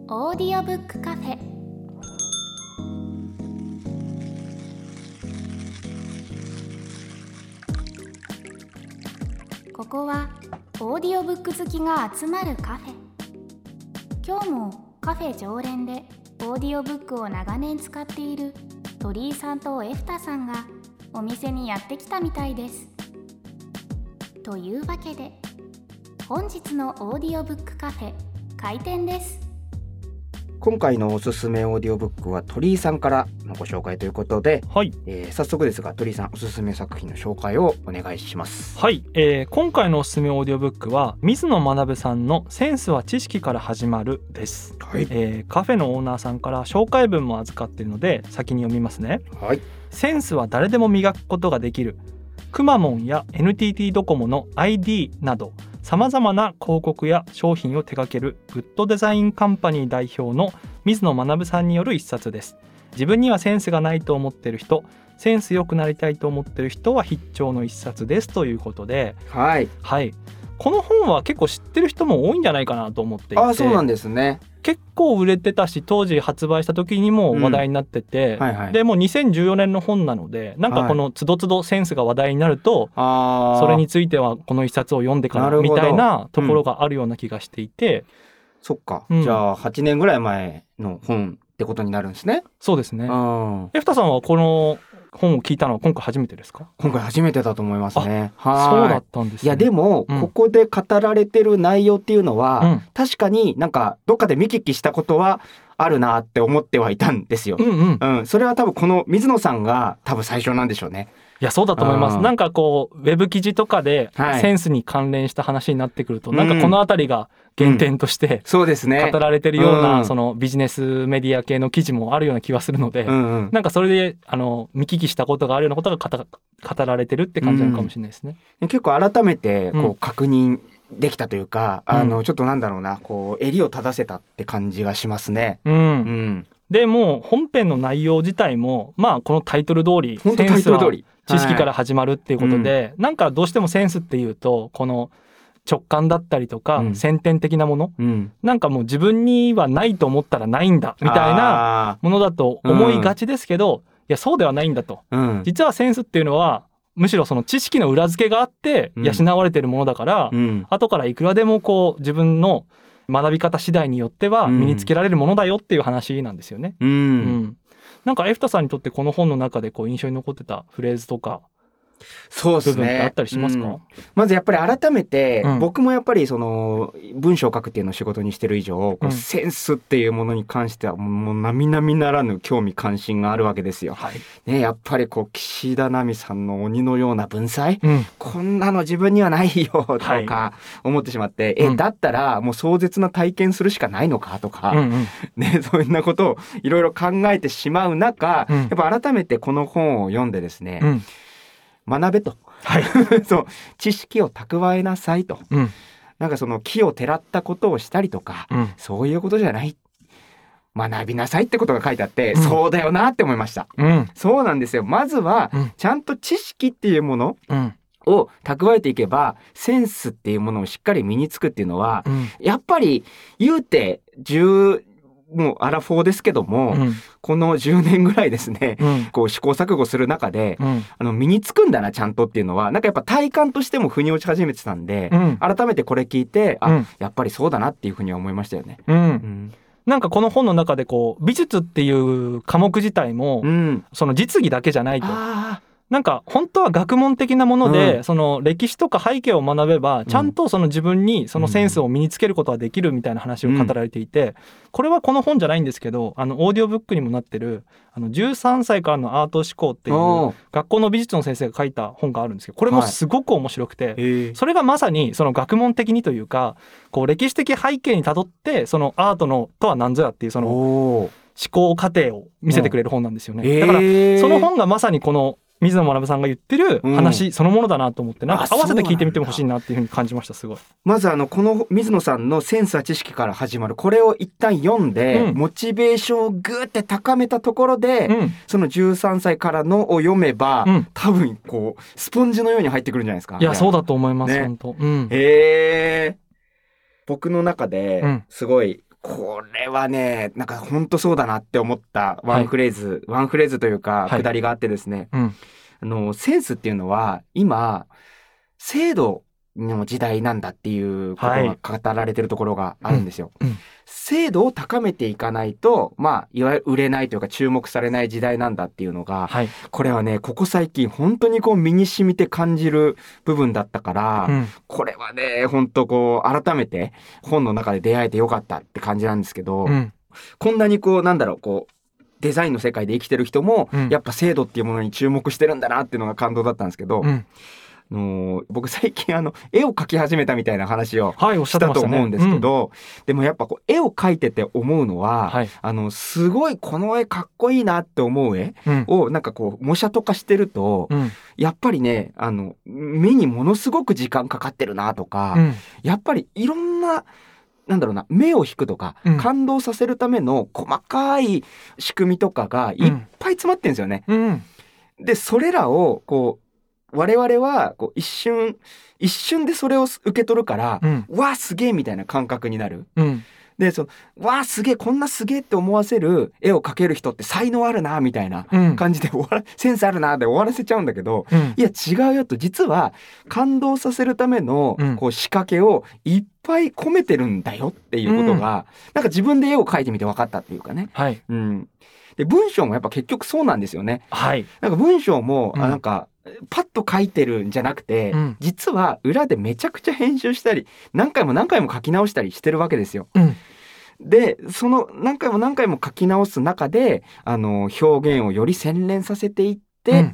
オーディオブックカフェ。ここはオーディオブック好きが集まるカフェ。今日もカフェ常連でオーディオブックを長年使っている鳥居さんとエフタさんがお店にやってきたみたいです。というわけで本日のオーディオブックカフェ開店です。 今回のおすすめオーディオブックは鳥居さんからのご紹介ということで、 はい、 早速ですが鳥居さんおすすめ作品の紹介をお願いします。 はい、今回のおすすめオーディオブックは水野学さんのセンスは知識から始まるです。 はい、 カフェのオーナーさんから紹介文も預かっているので先に読みますね。 はい、 センスは誰でも磨くことができる。くまモンや NTT ドコモの ID などさまざまな広告や商品を手掛けるグッドデザインカンパニー代表の水野学さんによる一冊です。自分にはセンスがないと思っている人、センス良くなりたいと思っている人は必聴の一冊ですということで、 はい、 はい、この本は結構知ってる人も多いんじゃないかなと思っていて、 そうなんですね。 結構売れてたし当時発売した時にも話題になってて、 はいはい、 でもう2014年の本なのでなんかこのつどつどセンスが話題になると、それについてはこの一冊を読んでからみたいなところがあるような気がしていて、 そっか、じゃあ8年ぐらい前の本ってことになるんですね。 そうですね。エフタさんはこの本を聞いたのは今回初めてですか？ 今回初めてだと思いますね。 そうだったんですね。 いやでも、ここで語られてる内容っていうのは、確かになんかどっかで見聞きしたことはあるなって思ってはいたんですよ。それは多分この水野さんが多分最初なんでしょうね。 いやそうだと思います。なんかこうウェブ記事とかでセンスに関連した話になってくると、なんかこのあたりが原点として語られてるようなそのビジネスメディア系の記事もあるような気がするので、なんかそれで見聞きしたことがあるようなことが語られてるって感じなのかもしれないですね。 結構改めてこう確認できたというか、ちょっとなんだろうな、こう襟を正せたって感じがしますね。 でもう本編の内容自体もまあこのタイトル通りセンスは知識から始まるっていうことで、なんかどうしてもセンスっていうとこの直感だったりとか、先天的なもの、なんかもう自分にはないと思ったらないんだみたいなものだと思いがちですけど、いやそうではないんだと、実はセンスっていうのはむしろその知識の裏付けがあって養われているものだから、後からいくらでもこう自分の学び方次第によっては身につけられるものだよっていう話なんですよね。なんかエフタさんにとってこの本の中でこう印象に残ってたフレーズとかそうですね、 部分ってあったりしますか？ まずやっぱり改めて、僕もやっぱりその文章を書くっていうのを仕事にしてる以上、センスっていうものに関してはもう並々ならぬ興味関心があるわけですよ。やっぱりこう岸田奈美さんの鬼のような文才、こんなの自分にはないよとか思ってしまって、だったらもう壮絶な体験するしかないのかとか、そんなことをいろいろ考えてしまう中、やっぱ改めてこの本を読んでですね、学べと、そう知識を蓄えなさいと、なんかその木をてらったことをしたりとか、そういうことじゃない、学びなさいってことが書いてあって、そうだよなって思いました。そうなんですよ。まずは、ちゃんと知識っていうものを蓄えていけばセンスっていうものをしっかり身につくっていうのは、やっぱり言うてもうアラフォーですけども、この10年ぐらいですね、こう試行錯誤する中で、身につくんだなちゃんとっていうのはなんかやっぱ体感としても腑に落ち始めてたんで、改めてこれ聞いてやっぱりそうだなっていうふうには思いましたよね。 なんかこの本の中でこう美術っていう科目自体も、その実技だけじゃないと。なんか本当は学問的なもので、その歴史とか背景を学べばちゃんとその自分にそのセンスを身につけることができるみたいな話を語られていて、これはこの本じゃないんですけどオーディオブックにもなってる13歳からのアート思考っていう学校の美術の先生が書いた本があるんですけど、これもすごく面白くて、それがまさにその学問的にというかこう歴史的背景にたどってそのアートのとは何ぞやっていうその思考過程を見せてくれる本なんですよね。だからその本がまさにこの水野学さんが言ってる話そのものだなと思って、なんか合わせて聞いてみても欲しいなっていうふうに感じました。すごい。 まずこの水野さんのセンスは知識から始まる、これを一旦読んで、モチベーションをグーって高めたところで、その13歳からのを読めば、多分こうスポンジのように入ってくるんじゃないですか。 いやそうだと思います、本当。 僕の中ですごいこれはねなんか本当そうだなって思ったワンフレーズというか下りがあってですね、センスっていうのは今制度の時代なんだっていうことが語られてるところがあるんですよ。精度を高めていかないと、いわゆる売れないというか注目されない時代なんだっていうのが、これはねここ最近本当にこう身に染みて感じる部分だったから、これはね本当こう改めて本の中で出会えてよかったって感じなんですけど、こんなにこうこうデザインの世界で生きてる人も、やっぱ精度っていうものに注目してるんだなっていうのが感動だったんですけど、僕最近絵を描き始めたみたいな話をしたと思うんですけど、でもやっぱこう絵を描いてて思うのは、すごいこの絵かっこいいなって思う絵をなんかこう模写とかしてると、やっぱりね目にものすごく時間かかってるなとか、やっぱりいろんな目を引くとか、感動させるための細かい仕組みとかがいっぱい詰まってるんですよね。でそれらをこう我々はこう一瞬でそれを受け取るから、わあすげえみたいな感覚になる。でわあすげえこんなすげえって思わせる絵を描ける人って才能あるなみたいな感じでセンスあるなで終わらせちゃうんだけど、いや違うよと、実は感動させるためのこう仕掛けをいっぱい込めてるんだよっていうことが、なんか自分で絵を描いてみて分かったっていうかね。で文章もやっぱ結局そうなんですよね。なんか文章もなんかパッと書いてるんじゃなくて、実は裏でめちゃくちゃ編集したり何回も書き直したりしてるわけですよ。でその何回も書き直す中で表現をより洗練させていって、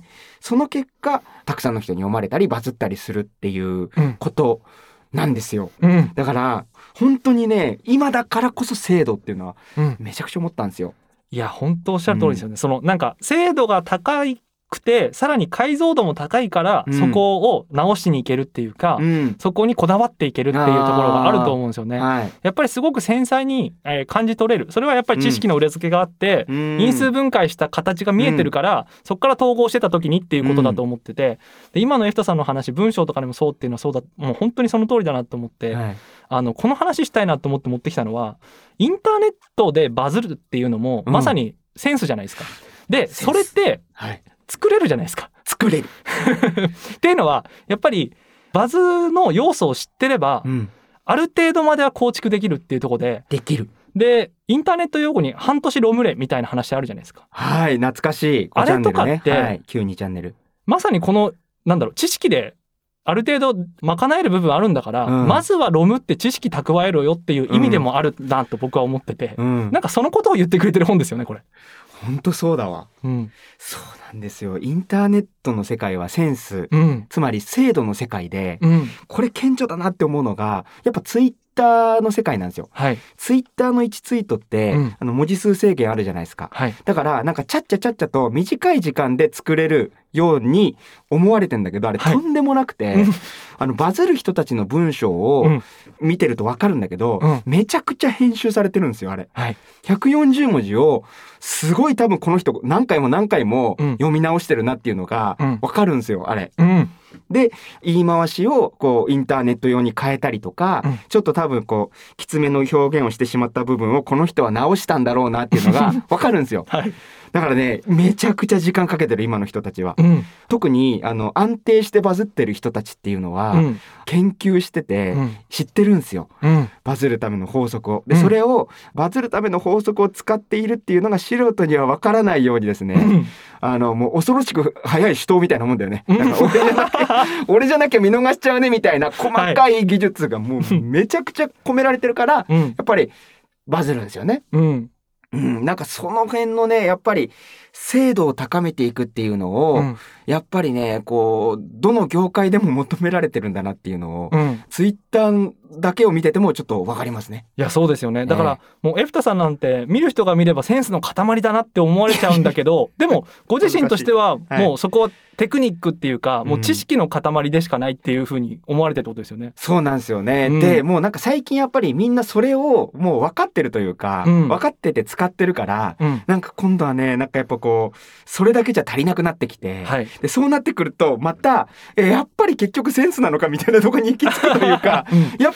その結果たくさんの人に読まれたりバズったりするっていうことなんですよ。だから本当にね今だからこそ精度っていうのはめちゃくちゃ思ったんですよ。 いや本当おっしゃる通りですよね。なんか精度が高くてさらに解像度も高いから、そこを直しにいけるっていうか、そこにこだわっていけるっていうところがあると思うんですよね。やっぱりすごく繊細に、感じ取れる。それはやっぱり知識の裏付けがあって、因数分解した形が見えてるから、そこから統合してた時にっていうことだと思ってて、で今のエフタさんの話文章とかでもそうっていうのはそうだ、もう本当にその通りだなと思って、この話したいなと思って持ってきたのは、インターネットでバズるっていうのもまさにセンスじゃないですか。でそれって作れるじゃないですか。 作れるっていうのはやっぱりバズの要素を知ってれば、ある程度までは構築できるっていうところでできる。 でインターネット用語に半年ロムレみたいな話あるじゃないですか。 懐かしいあれとかって、 92チャンネルまさにこの知識である程度賄える部分あるんだから、まずはロムって知識蓄えろよっていう意味でもあるなと僕は思ってて、なんかそのことを言ってくれてる本ですよねこれ。 本当そうだわ、そうなんですよ。インターネットの世界はセンス、つまり精度の世界で、これ顕著だなって思うのがやっぱツイッターの世界なんですよ。ツイッターの1ツイートって、文字数制限あるじゃないですか。だからなんかちゃっちゃと短い時間で作れるように思われてんだけど、あれとんでもなくて、バズる人たちの文章を見てると分かるんだけど、めちゃくちゃ編集されてるんですよあれ。140文字をすごい多分この人何回も読み直してるなっていうのが分かるんですよあれ。で言い回しをこうインターネット用に変えたりとか、ちょっと多分こうきつめの表現をしてしまった部分をこの人は直したんだろうなっていうのが分かるんですよ。だからねめちゃくちゃ時間かけてる今の人たちは、特に安定してバズってる人たちっていうのは、研究してて知ってるんですよ、バズるための法則を。でそれをバズるための法則を使っているっていうのが素人には分からないようにですね、もう恐ろしく速い手刀みたいなもんだよね。なんか俺じゃなきゃ見逃しちゃうねみたいな細かい技術がもうめちゃくちゃ込められてるから、やっぱりバズるんですよね。なんかその辺のねやっぱり精度を高めていくっていうのを、やっぱりねこうどの業界でも求められてるんだなっていうのを、ツイッターだけを見ててもちょっと分かりますね。 いやそうですよね。だからもうエフタさんなんて見る人が見ればセンスの塊だなって思われちゃうんだけどでもご自身としてはもうそこはテクニックっていうか、もう知識の塊でしかないっていう風に思われてるってことですよね。 そうなんですよね、でもうなんか最近やっぱりみんなそれをもう分かってるというか、分かってて使ってるから、なんか今度はねなんかやっぱこうそれだけじゃ足りなくなってきて、でそうなってくるとまたやっぱり結局センスなのかみたいなところに行き着くというか、やっ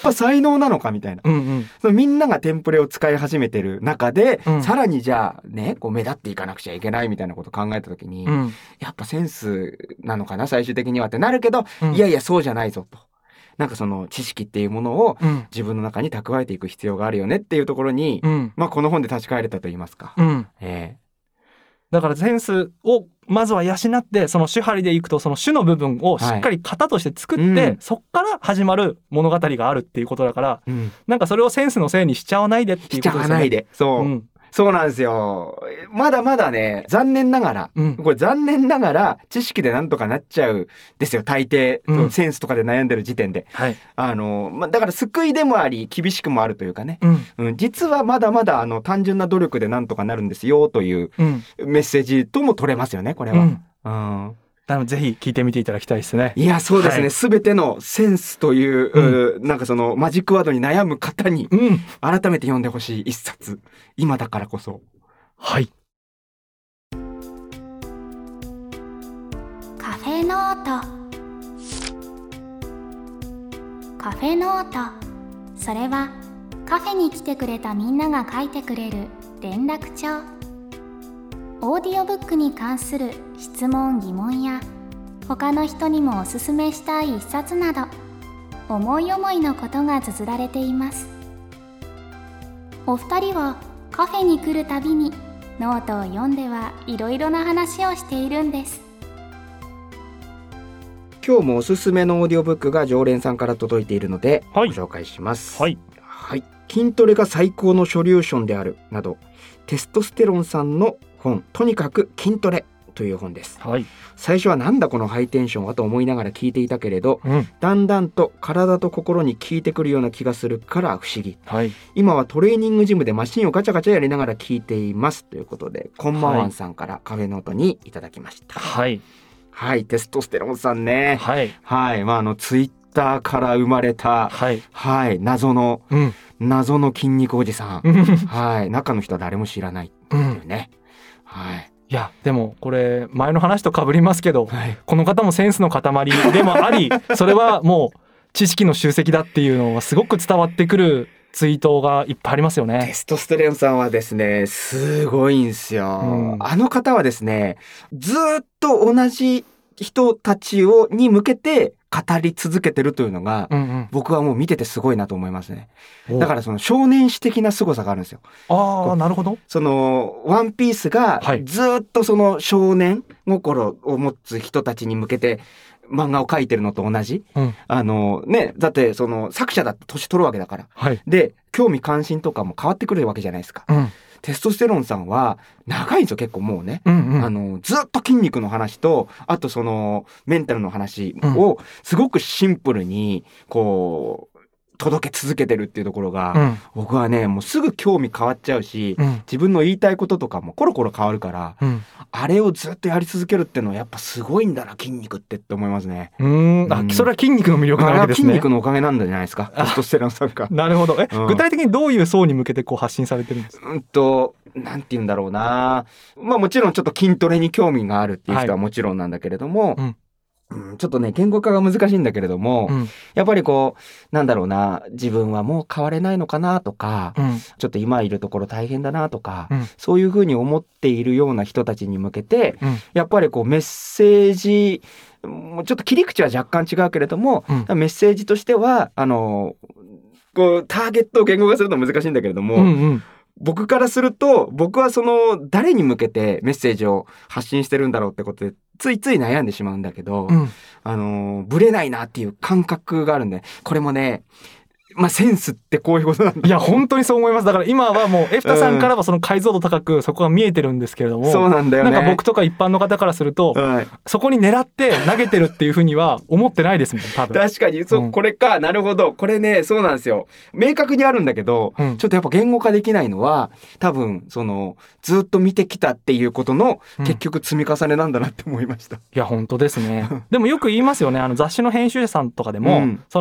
ぱ才能なのかみたいな、そのみんながテンプレを使い始めてる中で、さらにじゃあねこう目立っていかなくちゃいけないみたいなことを考えた時に、やっぱセンスなのかな最終的にはってなるけど、いやいやそうじゃないぞと。なんかその知識っていうものを自分の中に蓄えていく必要があるよねっていうところに、まあこの本で立ち返れたと言いますか、 だからセンスをまずは養って、その手張りでいくとその主の部分をしっかり型として作って、そっから始まる物語があるっていうことだから、なんかそれをセンスのせいにしちゃわないでっていうことですよね。 しちゃわないで、そう、そうなんですよ。まだまだね残念ながら、これ残念ながら知識でなんとかなっちゃうですよ大抵、センスとかで悩んでる時点で、だから救いでもあり厳しくもあるというかね、実はまだまだ単純な努力でなんとかなるんですよというメッセージとも取れますよねこれは。 ぜひ聞いてみていただきたいですね。 いやそうですね、すべてのセンスという、なんかそのマジックワードに悩む方に改めて読んでほしい一冊、今だからこそ。 はい。 カフェノート。カフェノート、それはカフェに来てくれたみんなが書いてくれる連絡帳。オーディオブックに関する質問疑問や他の人にもおすすめしたい一冊など思い思いのことが綴られています。お二人はカフェに来るたびにノートを読んではいろいろな話をしているんです。 今日もおすすめのオーディオブックが常連さんから届いているので、ご紹介します。筋トレが最高のソリューションであるなど、テストステロンさんの本、とにかく筋トレという本です。最初はなんだこのハイテンションはと思いながら聞いていたけれど、だんだんと体と心に効いてくるような気がするから不思議、今はトレーニングジムでマシンをガチャガチャやりながら聞いていますということで、こんまわんさんからカフェノートにいただきました。テストステロンさんね、ツイッターから生まれた、謎の筋肉おじさん中の人は誰も知らないっていうね。 いやでもこれ前の話と被りますけど、この方もセンスの塊でもありそれはもう知識の集積だっていうのがすごく伝わってくるツイートがいっぱいありますよね。 テストステロンさんはですねすごいんですよ、あの方はですねずっと同じ人たちに向けて語り続けてるというのが、僕はもう見ててすごいなと思いますね。だからその少年誌的な凄さがあるんですよ。 なるほど。 そのワンピースがずっとその少年心を持つ人たちに向けて漫画を描いてるのと同じ、だってその作者だって年取るわけだから、で興味関心とかも変わってくるわけじゃないですか。テストステロンさんは長いんですよ結構もうね、ずっと筋肉の話とあとそのメンタルの話をすごくシンプルにこう届け続けてるっていうところが、僕はねもうすぐ興味変わっちゃうし、自分の言いたいこととかもコロコロ変わるから、あれをずっとやり続けるっていうのはやっぱすごいんだな筋肉って思いますね。 それは筋肉の魅力なわけですね。 筋肉のおかげなんじゃないですかテストステロンさんが。 なるほど。具体的にどういう層に向けてこう発信されてるんですか？ なんて言うんだろうな、もちろんちょっと筋トレに興味があるっていう人はもちろんなんだけれども、ちょっとね言語化が難しいんだけれども、やっぱりこうなんだろうな、自分はもう変われないのかなとか、ちょっと今いるところ大変だなとか、そういうふうに思っているような人たちに向けて、やっぱりこうメッセージちょっと切り口は若干違うけれども、メッセージとしてはこうターゲットを言語化するの難しいんだけれども、僕からすると僕はその誰に向けてメッセージを発信してるんだろうってことでついつい悩んでしまうんだけど、ブレないなっていう感覚があるんで、これもねセンスってこういうことなんだ。 いや本当にそう思います。だから今はもうエフタさんからはその解像度高くそこが見えてるんですけれども、 そうなんだよね。 なんか僕とか一般の方からすると、そこに狙って投げてるっていうふうには思ってないですもん多分。 確かにこれか、なるほど。これねそうなんですよ、明確にあるんだけど、ちょっとやっぱ言語化できないのは多分そのずっと見てきたっていうことの結局積み重ねなんだなって思いました。 いや本当ですね。でもよく言いますよね、雑誌の編集者さんとかでも、その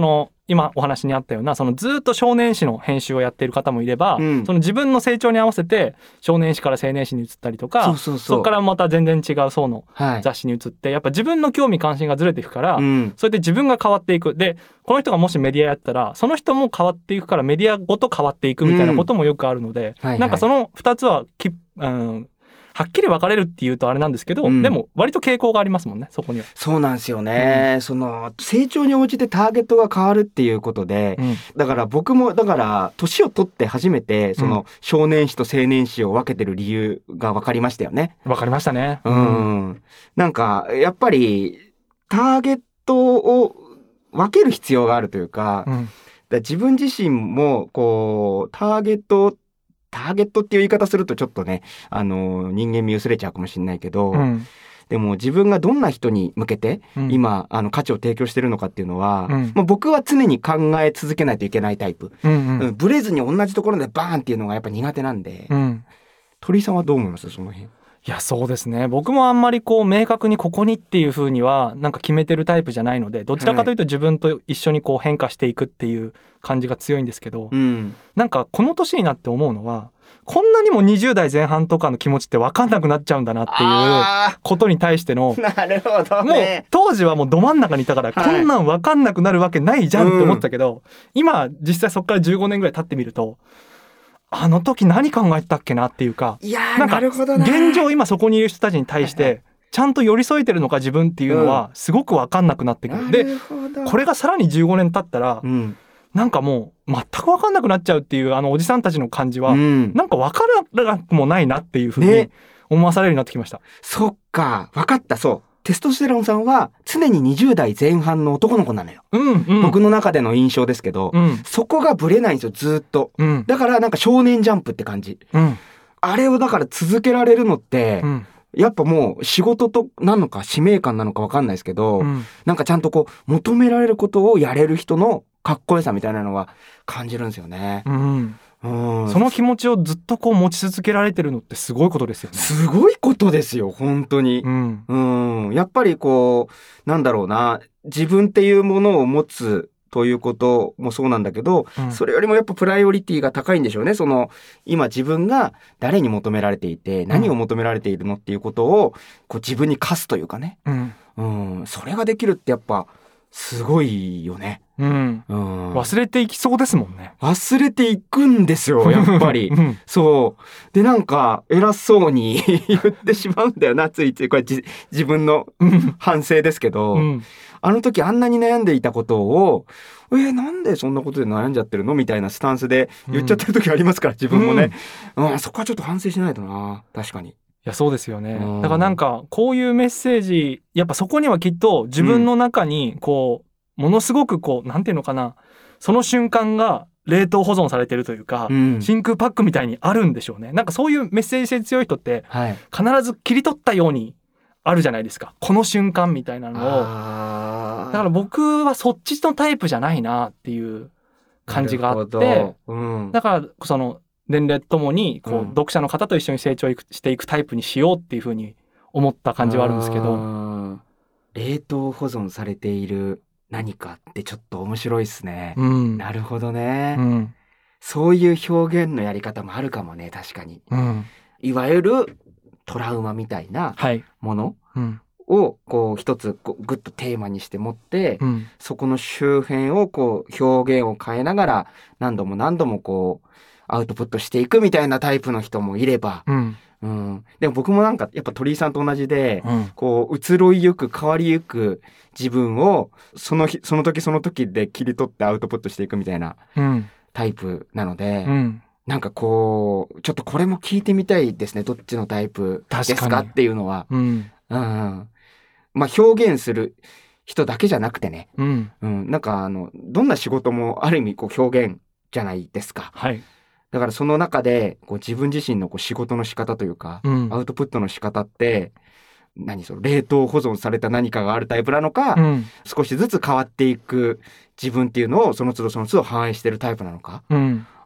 今お話にあったようなそのずっと少年誌の編集をやっている方もいれば、その自分の成長に合わせて少年誌から青年誌に移ったりとか、そこからまた全然違う層の雑誌に移って、やっぱ自分の興味関心がずれていくから、それで自分が変わっていく。でこの人がもしメディアやったらその人も変わっていくからメディアごと変わっていくみたいなこともよくあるので、なんかその2つははっきり分かれるっていうとあれなんですけど、でも割と傾向がありますもんね、そこには。 そうなんですよね、その成長に応じてターゲットが変わるっていうことで、だから僕も年を取って初めてその少年誌と青年誌を分けてる理由が分かりましたよね。 分かりましたね。 なんかやっぱりターゲットを分ける必要があるというか、だ自分自身もこうターゲットっていう言い方するとちょっとね、人間味薄れちゃうかもしれないけど、でも自分がどんな人に向けて今、価値を提供してるのかっていうのは、僕は常に考え続けないといけないタイプ、ブレずに同じところでバーンっていうのがやっぱ苦手なんで、鳥居さんはどう思います？その辺。 いやそうですね、僕もあんまりこう明確にここにっていう風にはなんか決めてるタイプじゃないので、どちらかというと自分と一緒にこう変化していくっていう感じが強いんですけど、なんかこの年になって思うのは、こんなにも20代前半とかの気持ちって分かんなくなっちゃうんだなっていうことに対しての、 なるほどね、 もう当時はもうど真ん中にいたから、こんなん分かんなくなるわけないじゃんって思ってたけど、今実際そこから15年ぐらい経ってみると、あの時何考えてたっけなっていうか、なんか現状今そこにいる人たちに対してちゃんと寄り添えてるのか自分っていうのはすごく分かんなくなってくる。でこれがさらに15年経ったら、なんかもう全く分かんなくなっちゃうっていうおじさんたちの感じは、なんか分からなくもないなっていうふうに思わされるようになってきました。 そっか、分かった。そうテストステロンさんは常に20代前半の男の子なのよ、僕の中での印象ですけど、そこがブレないんですよずっと、だからなんか少年ジャンプって感じ、あれをだから続けられるのって、やっぱもう仕事となのか使命感なのか分かんないですけど、なんかちゃんとこう求められることをやれる人のかっこよさみたいなのは感じるんですよね。 その気持ちをずっとこう持ち続けられてるのってすごいことですよね。 すごいことですよ本当に、やっぱりこうなんだろうな、自分っていうものを持つということもそうなんだけど、それよりもやっぱプライオリティが高いんでしょうね。その今自分が誰に求められていて何を求められているのっていうことをこう自分に課すというかね、それができるってやっぱすごいよね。 忘れていきそうですもんね。 忘れていくんですよやっぱり、そうでなんか偉そうに言ってしまうんだよな、ついつい。これ自分の反省ですけど、あの時あんなに悩んでいたことをなんでそんなことで悩んじゃってるのみたいなスタンスで言っちゃってる時ありますから、自分もね、そこはちょっと反省しないとな。確かに。 いやそうですよね。だからなんかこういうメッセージ、やっぱそこにはきっと自分の中にこう、ものすごくこうなんていうのかな、その瞬間が冷凍保存されてるというか、真空パックみたいにあるんでしょうね。なんかそういうメッセージ性強い人って必ず切り取ったようにあるじゃないですか、この瞬間みたいなのを。だから僕はそっちのタイプじゃないなっていう感じがあって、だからその年齢ともにこう、読者の方と一緒に成長していくタイプにしようっていうふうに思った感じはあるんですけど、 冷凍保存されている何かってちょっと面白いですね、なるほどね、そういう表現のやり方もあるかもね。確かに、いわゆるトラウマみたいなものをこう一つこうグッとテーマにして持って、そこの周辺をこう表現を変えながら何度も何度もこうアウトプットしていくみたいなタイプの人もいれば、でも僕もなんかやっぱ鳥居さんと同じで、こう移ろいゆく変わりゆく自分をその時その時で切り取ってアウトプットしていくみたいなタイプなので、なんかこうちょっとこれも聞いてみたいですね。どっちのタイプですかっていうのは、まあ表現する人だけじゃなくてね、なんかどんな仕事もある意味こう表現じゃないですか。だからその中でこう自分自身のこう仕事の仕方というか、アウトプットの仕方ってその冷凍保存された何かがあるタイプなのか、少しずつ変わっていく自分っていうのをその都度その都度反映してるタイプなのか、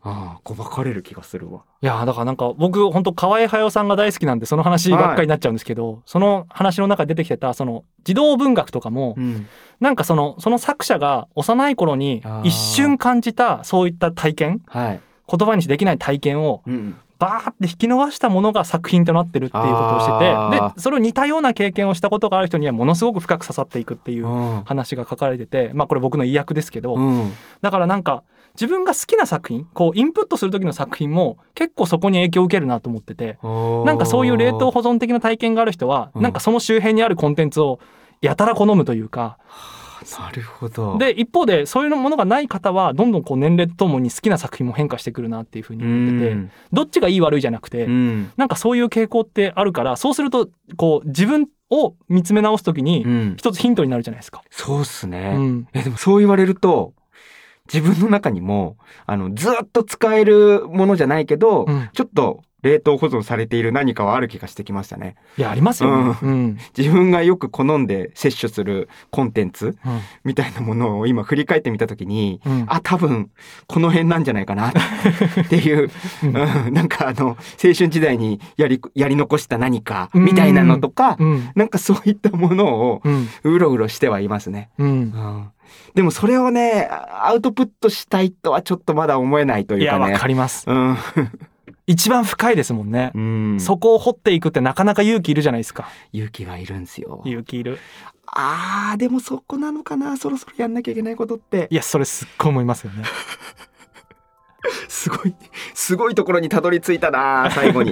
個ばかれる気がするわ。 いやだからなんか僕本当河合隼さんが大好きなんでその話ばっかりになっちゃうんですけど、その話の中で出てきてたその児童文学とかも、なんかその作者が幼い頃に一瞬感じたそういった体験、言葉にしできない体験をバーって引き伸ばしたものが作品となってるっていうことをしてて、でそれを似たような経験をしたことがある人にはものすごく深く刺さっていくっていう話が書かれてて、これ僕の意訳ですけど、だからなんか自分が好きな作品インプットする時の作品も結構そこに影響を受けるなと思ってて、なんかそういう冷凍保存的な体験がある人はなんかその周辺にあるコンテンツをやたら好むというか、 なるほど。 で一方でそういうものがない方はどんどん年齢とともに好きな作品も変化してくるなっていうふうに思ってて、どっちがいい悪いじゃなくて、なんかそういう傾向ってあるから、そうすると自分を見つめ直すときに一つヒントになるじゃないですか。 そうっすね、でもそう言われると自分の中にもずっと使えるものじゃないけど、ちょっと冷凍保存されている何かはある気がしてきましたね。 いやありますよね、 自分がよく好んで摂取するコンテンツみたいなものを今振り返ってみたときに、多分この辺なんじゃないかなっていう、なんか青春時代にやり残した何かみたいなのとか、なんかそういったものをうろうろしてはいますね。でもそれをねアウトプットしたいとはちょっとまだ思えないというかね。 いやわかります、一番深いですもんね、そこを掘っていくってなかなか勇気いるじゃないですか。 勇気はいるんですよ。 勇気いる。 でもそこなのかな、そろそろやんなきゃいけないことって。 いやそれすっごい思いますよねすごいところにたどり着いたな最後に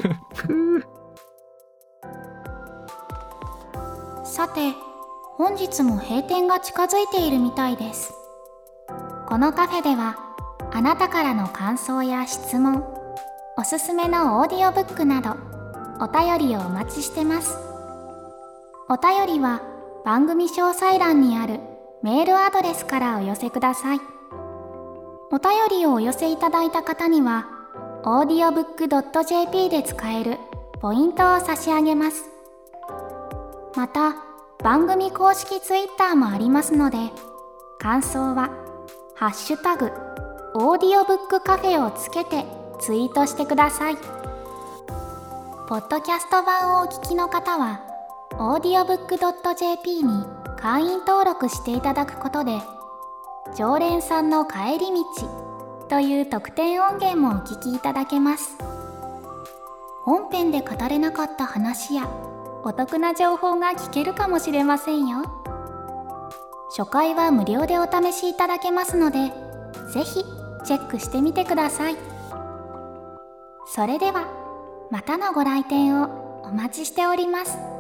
さて本日も閉店が近づいているみたいです。このカフェではあなたからの感想や質問、おすすめのオーディオブックなどお便りをお待ちしてます。お便りは番組詳細欄にあるメールアドレスからお寄せください。お便りをお寄せいただいた方には audiobook.jp で使えるポイントを差し上げます。また番組公式ツイッターもありますので、感想はハッシュタグオーディオブックカフェをつけてツイートしてください。ポッドキャスト版をお聞きの方は audiobook.jp に会員登録していただくことで常連さんの帰り道という特典音源もお聞きいただけます。本編で語れなかった話やお得な情報が聞けるかもしれませんよ。初回は無料でお試しいただけますのでぜひチェックしてみてください。それではまたのご来店をお待ちしております。